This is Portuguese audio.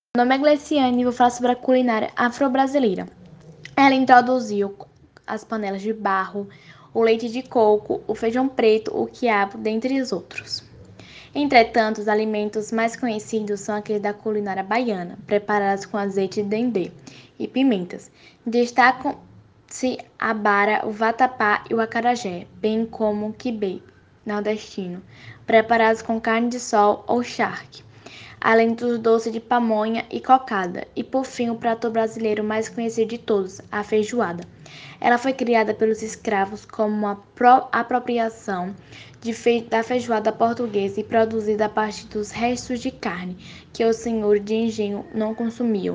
Meu nome é Gleciane e vou falar sobre a culinária afro-brasileira. Ela introduziu as panelas de barro, o leite de coco, o feijão preto, o quiabo, dentre os outros. Entretanto, os alimentos mais conhecidos são aqueles da culinária baiana, preparados com azeite de dendê e pimentas. Destacam-se a bara, o vatapá e o acarajé, bem como o quibe nordestino, preparados com carne de sol ou charque, além dos doces de pamonha e cocada, e por fim o prato brasileiro mais conhecido de todos, a feijoada. Ela foi criada pelos escravos como uma apropriação da feijoada portuguesa e produzida a partir dos restos de carne que os senhores de engenho não consumiam.